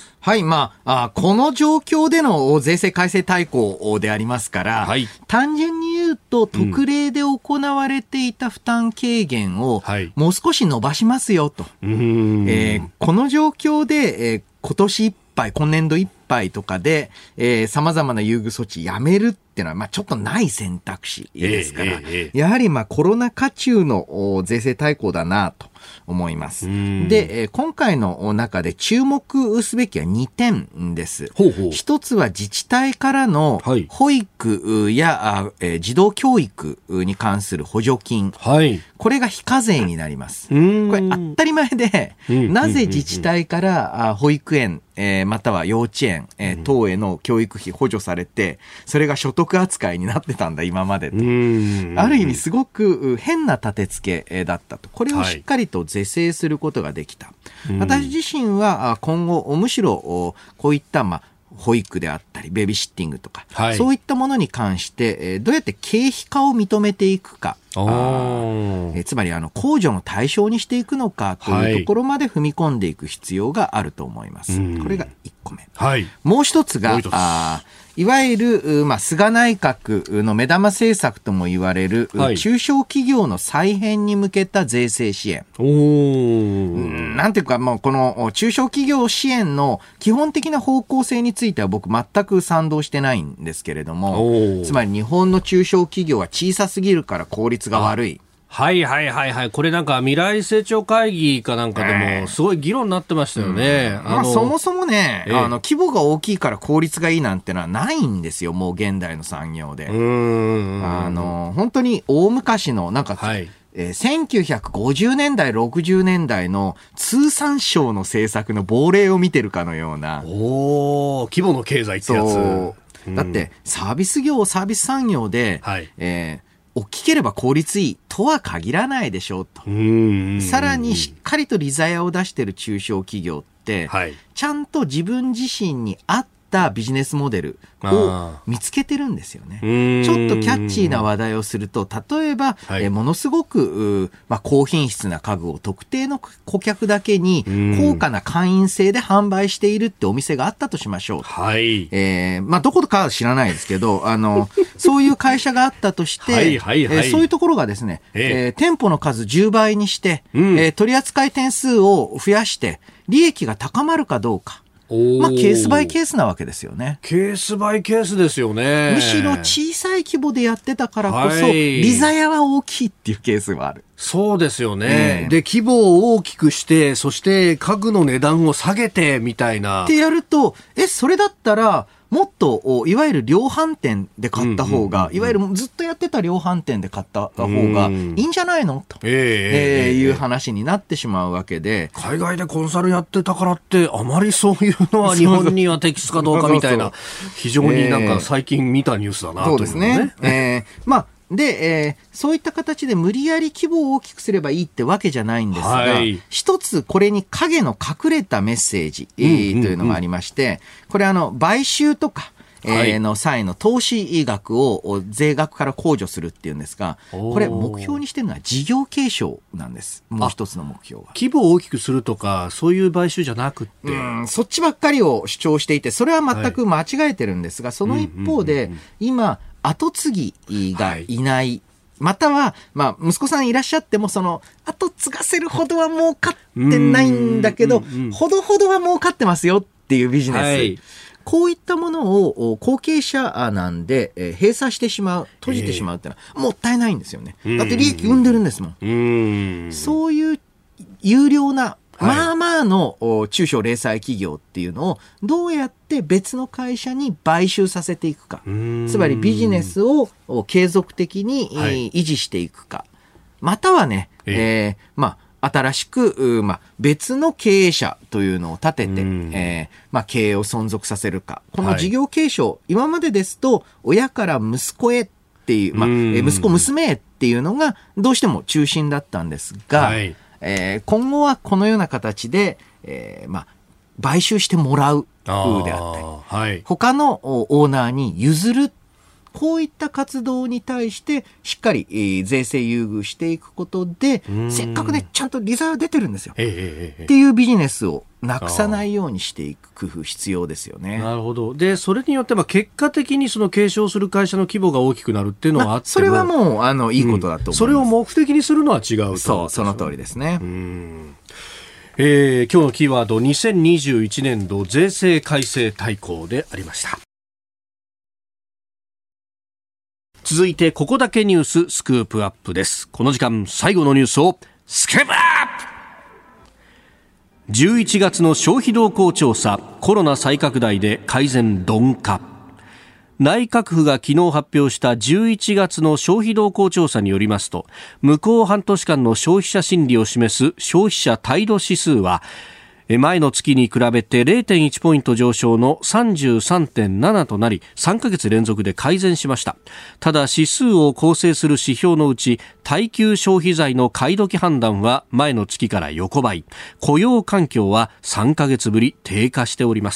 はい、まあ、この状況での税制改正大綱でありますから、はい、単純に言うと特例で行われていた負担軽減をもう少し伸ばしますよと。この状況で、今年いっぱい、今年度いっぱいとかで、様々な優遇措置やめるっていうのは、まあちょっとない選択肢ですから、やはりまあコロナ禍中の税制大綱だなと思います。で、今回の中で注目すべきは2点です。一つは自治体からの保育や、児童教育に関する補助金。はい、これが非課税になります。これ当たり前で、なぜ自治体から保育園、または幼稚園、等への教育費補助されて、それが所得扱いになってたんだ、今までと。ある意味すごく変な立て付けだったと。これをしっかりと是正することができた。私自身は今後、むしろこういった、保育であったり、ベビーシッティングとか、そういったものに関して、どうやって経費化を認めていくか。つまり控除の対象にしていくのかというところまで踏み込んでいく必要があると思います。これが1個目。もう一つが、いわゆる、菅内閣の目玉政策とも言われる、中小企業の再編に向けた税制支援。なんていうか、この中小企業支援の基本的な方向性については僕全く賛同してないんですけれども、つまり日本の中小企業は小さすぎるから効率が悪い。 はいはいはいはい。これなんか未来成長会議かなんかでもすごい議論になってましたよね。 そもそもね、規模が大きいから効率がいいなんてのはないんですよ、もう現代の産業で。本当に大昔のなんか、1950年代、60年代の通産省の政策の亡霊を見てるかのような。 規模の経済ってやつ。 だってサービス産業で、大きければ効率いいとは限らないでしょうと。さらにしっかりと利ざやを出している中小企業って、ちゃんと自分自身に合ったビジネスモデルを見つけてるんですよね。ちょっとキャッチーな話題をすると、例えば、ものすごく、高品質な家具を特定の顧客だけに高価な会員制で販売しているってお店があったとしましょう。どこかは知らないですけど、そういう会社があったとして、そういうところがですね、店舗の数10倍にして、取扱店数を増やして利益が高まるかどうか。ケースバイケースなわけですよね。 ケースバイケースですよね。 むしろ小さい規模でやってたからこそ、利ざやは大きいっていうケースがある。 そうですよね。で、規模を大きくして、そして家具の値段を下げてみたいな。 ってやると、それだったら、もっといわゆる量販店で買った方が、いわゆるずっとやってた量販店で買った方がいいんじゃないのという話になってしまうわけで、 海外でコンサルやってたからってあまりそういうのは日本には適切かどうかみたいな、非常になんか最近見たニュースだなという、 そうですね。で、そういった形で無理やり規模を大きくすればいいってわけじゃないんですが、一つこれに影の隠れたメッセージというのがありまして、これ買収とか、 の際の投資額を税額から控除するっていうんですが、これ目標にしてるのは事業継承なんです。もう一つの目標は。 規模を大きくするとか、そういう買収じゃなくって。 そっちばっかりを主張していて、それは全く間違えてるんですが、その一方で、今、後継ぎがいない。または、息子さんいらっしゃっても、後継がせるほどは儲かってないんだけど、ほどほどは儲かってますよっていうビジネス。こういったものを後継者なんで、閉鎖してしまう、閉じてしまうってのはもったいないんですよね。だって利益生んでるんですもん。そういう有料な、まあまあの中小零細企業っていうのをどうやって別の会社に買収させていくか。つまりビジネスを継続的に維持していくか。またはね、新しく、別の経営者というのを立てて、経営を存続させるか。この事業継承、今までですと、親から息子へっていう、息子、娘へっていうのがどうしても中心だったんですが、今後はこのような形で、買収してもらうであったり、他のオーナーに譲る。こういった活動に対してしっかり、税制優遇していくことで、せっかくね、ちゃんと利ざや出てるんですよ。っていうビジネスをなくさないようにしていく工夫必要ですよね。 なるほど。で、それによって結果的にその継承する会社の規模が大きくなるっていうのはあっても、 それはもういいことだと思います。 それを目的にするのは違うと。 そう、その通りですね。 今日のキーワード、2021年度税制改正大綱でありました。続いて、ここだけニューススクープアップです。この時間、最後のニュースをスクープアップ。11月の消費動向調査、コロナ再拡大で改善鈍化。内閣府が昨日発表した11月の消費動向調査によりますと、向こう半年間の消費者心理を示す消費者態度指数は、前の月に比べて 0.1 ポイント上昇の 33.7 となり、3ヶ月連続で改善しました。ただ、指数を構成する指標のうち、耐久消費財の買い時判断は前の月から横ばい、雇用環境は3ヶ月ぶり低下しております。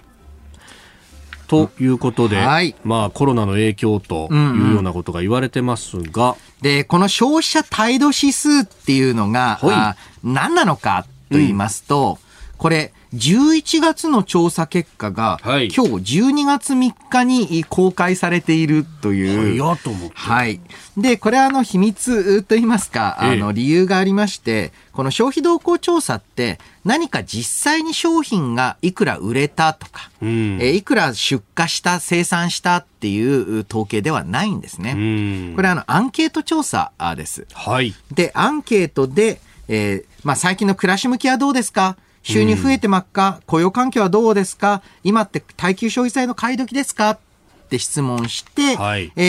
ということで、コロナの影響というようなことが言われてますが、 で、この消費者態度指数っていうのが、何なのかと言いますと、これ、11月の調査結果が、今日12月3日に公開されているという。で、これは秘密と言いますか、理由がありまして、この消費動向調査って何か実際に商品がいくら売れたとか、いくら出荷した、生産したっていう統計ではないんですね。これはアンケート調査です。で、アンケートで、最近の暮らし向きはどうですか？収入増えてますか？雇用環境はどうですか？今って耐久消費財の買い時ですか？って質問して、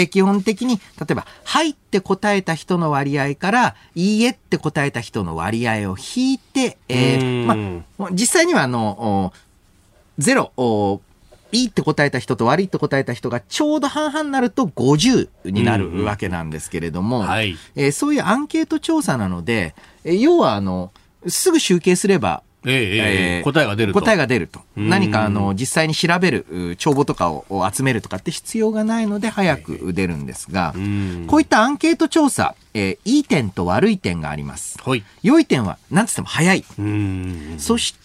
基本的に、例えば、はいって答えた人の割合から、いいえって答えた人の割合を引いて、実際には0、いいって答えた人と悪いって答えた人がちょうど半々になると50になるわけなんですけれども、そういうアンケート調査なので、要はすぐ集計すれば、 答えが出ると。 答えが出ると。何か実際に調べる帳簿とかを集めるとかって必要がないので早く出るんですが、こういったアンケート調査、いい点と悪い点があります。良い点は何つっても早い。そして、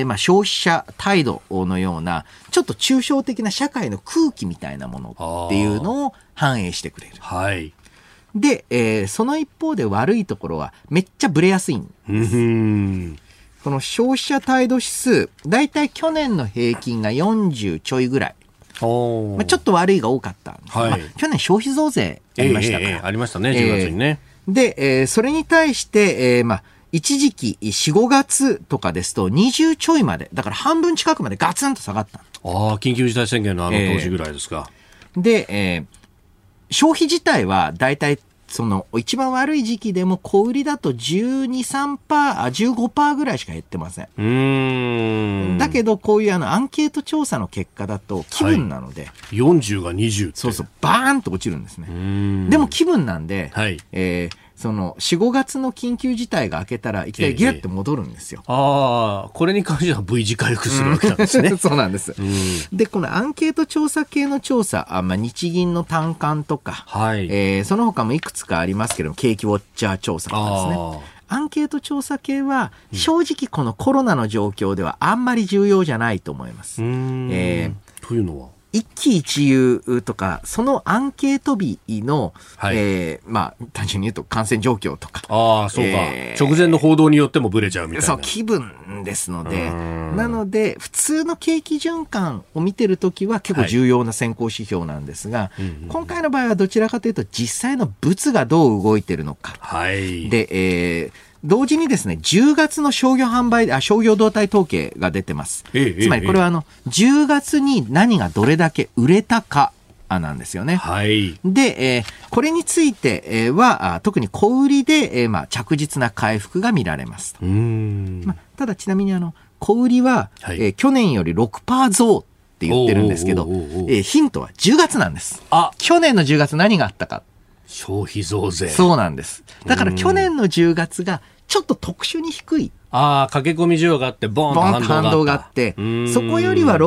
消費者態度のようなちょっと抽象的な社会の空気みたいなものっていうのを反映してくれる。で、その一方で悪いところはめっちゃブレやすいんです。この消費者態度指数、だいたい去年の平均が40ちょいぐらい。ちょっと悪いが多かったんです。去年消費増税ありましたから。 ありましたね、10月にね。 で、それに対して、一時期4、5月とかですと20ちょいまで、だから半分近くまでガツンと下がった。 緊急事態宣言の当時ぐらいですか。 で、消費自体はだいたい一番悪い時期でも小売りだと12、3%、15% ぐらいしか減ってません。だけどこういうアンケート調査の結果だと気分なので。 40が20って。 バーンと落ちるんですね。でも気分なんで、 その4、5月の緊急事態が明けたらいきなりギュッて戻るんですよ。 ああ、これに関しては V 字回復するわけなんですね。 そうなんです。で、このアンケート調査系の調査、日銀の短観とか、はい、その他もいくつかありますけども、景気ウォッチャー調査とかですね。アンケート調査系は正直このコロナの状況ではあんまり重要じゃないと思います。 というのは一喜一憂とか、そのアンケート日の、はい、単純に言うと感染状況とか。 ああ、そうか、直前の報道によってもブレちゃうみたいな。 そう、気分ですので。なので、普通の景気循環を見てるときは結構重要な先行指標なんですが、今回の場合はどちらかというと実際の物がどう動いてるのか。 はい。 で、同時にですね、10月の商業動態統計が出てます。つまりこれは10月に何がどれだけ売れたかなんですよね。 はい。 で、これについては、特に小売りで、着実な回復が見られますと。ただちなみに小売りは、去年より 6% 増って言ってるんですけど、ヒントは10月なんです。去年の10月何があったか。 消費増税。 そうなんです。だから去年の10月がちょっと特殊に低い。 駆け込み需要があって、ボーンと反動があって、そこよりは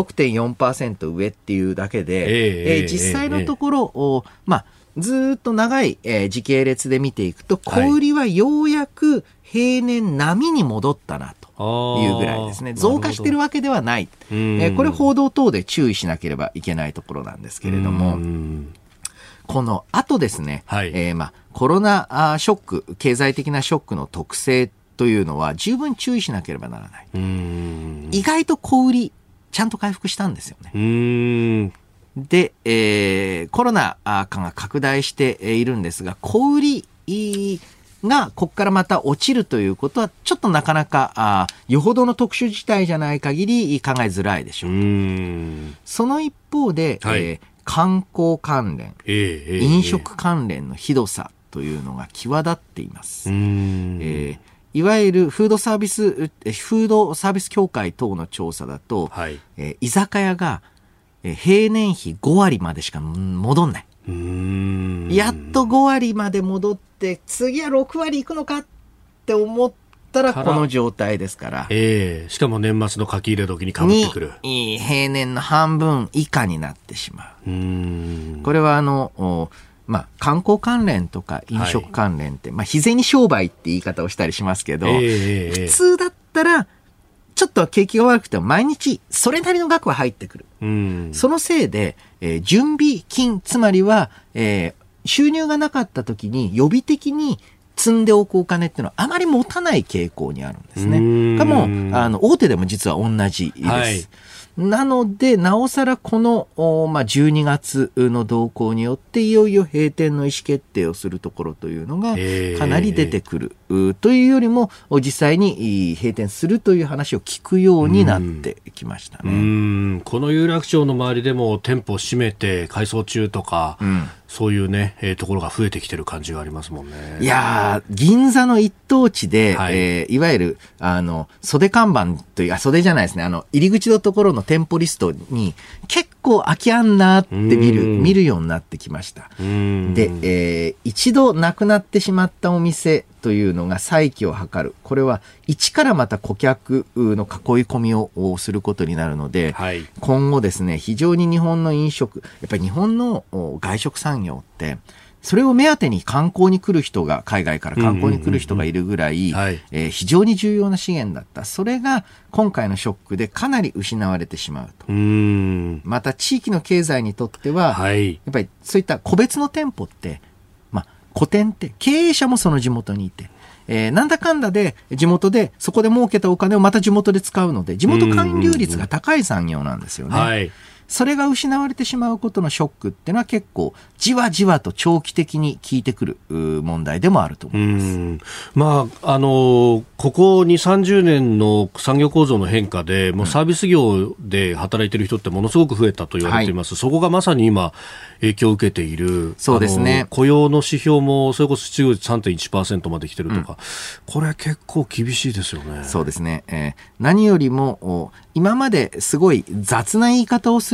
6.4% 上っていうだけで、実際のところ、ずーっと長い、時系列で見ていくと、小売りはようやく平年並みに戻ったなというぐらいですね。増加してるわけではない。これ報道等で注意しなければいけないところなんですけれども、この後ですね、コロナショック、経済的なショックの特性というのは十分注意しなければならない。意外と小売り、ちゃんと回復したんですよね。で、コロナ禍が拡大しているんですが、小売りがここからまた落ちるということは、ちょっとなかなかよほどの特殊事態じゃない限り考えづらいでしょうと。その一方で、観光関連、飲食関連のひどさというのが際立っています。いわゆるフードサービス協会等の調査だと、居酒屋が平年比5割までしか戻んない。やっと5割まで戻って、次は6割いくのかって思ったらこの状態ですから。 しかも年末の書き入れ時にかぶってくる。 平年の半分以下になってしまう。これは観光関連とか飲食関連って、日銭商売って言い方をしたりしますけど、普通だったら、ちょっと景気が悪くても毎日それなりの額は入ってくる。そのせいで、準備金、つまりは、収入がなかった時に予備的に積んでおくお金っていうのはあまり持たない傾向にあるんですね。大手でも実は同じです。なので、なおさらこの、12月の動向によっていよいよ閉店の意思決定をするところというのがかなり出てくる、というよりも実際に閉店するという話を聞くようになってきましたね。 この有楽町の周りでも店舗を閉めて改装中とか、そういうね、ところが増えてきてる感じがありますもんね。 いやー、銀座の一等地で、いわゆる袖看板という袖じゃないですね、入り口のところの店舗リストに結構空きあんなって見るようになってきました。で、一度なくなってしまったお店というのが再起を図る。これは一からまた顧客の囲い込みをすることになるので、今後ですね、非常に日本の飲食、やっぱり日本の外食産業って、それを目当てに観光に来る人が、海外から観光に来る人がいるぐらい、非常に重要な資源だった。それが今回のショックでかなり失われてしまうと。また地域の経済にとっては、やっぱりそういった個別の店舗って、個店って経営者もその地元にいて、なんだかんだで地元でそこで儲けたお金をまた地元で使うので、地元還流率が高い産業なんですよね。それが失われてしまうことのショックっていうのは結構じわじわと長期的に効いてくる問題でもあると思います。 ここ2、30年の産業構造の変化で、もうサービス業で働いている人ってものすごく増えたと言われています。そこがまさに今影響を受けている。 そうですね。 雇用の指標もそれこそ失業率 3.1% まで来てるとか、これ結構厳しいですよね。 そうですね。何よりも今まですごい雑な言い方をする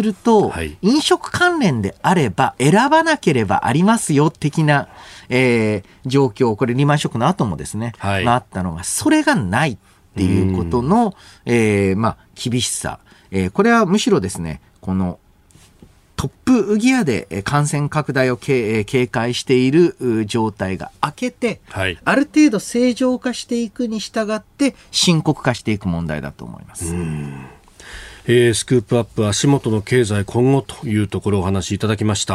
ると、 はい、 飲食関連であれば選ばなければありますよ的な、状況、これリーマンショックの後もですね、 はい、 あったのが、それがないっていうことの、厳しさ、これはむしろですね、このトップギアで感染拡大を警戒している状態が明けて、 はい、 ある程度正常化していくに従って深刻化していく問題だと思います。 スクープアップ足元の経済今後というところをお話しいただきました。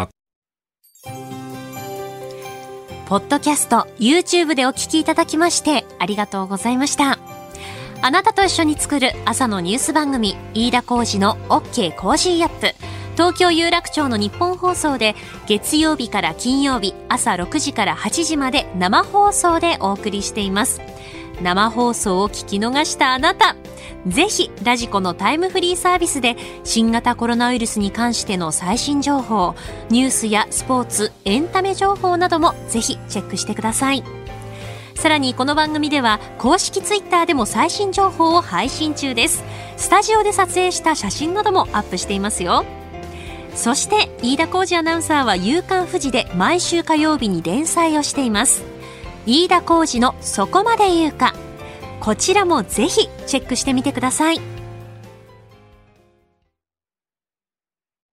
ポッドキャスト YouTube でお聞きいただきましてありがとうございました。あなたと一緒に作る朝のニュース番組、飯田浩司の OK コージーアップ、東京有楽町の日本放送で月曜日から金曜日朝6時から8時まで生放送でお送りしています。生放送を聞き逃したあなた、ぜひラジコのタイムフリーサービスで新型コロナウイルスに関しての最新情報、ニュースやスポーツ、エンタメ情報などもぜひチェックしてください。さらにこの番組では公式ツイッターでも最新情報を配信中です。スタジオで撮影した写真などもアップしていますよ。そして飯田浩司アナウンサーは夕刊フジで毎週火曜日に連載をしています。飯田浩司のそこまで言うか、こちらもぜひチェックしてみてください。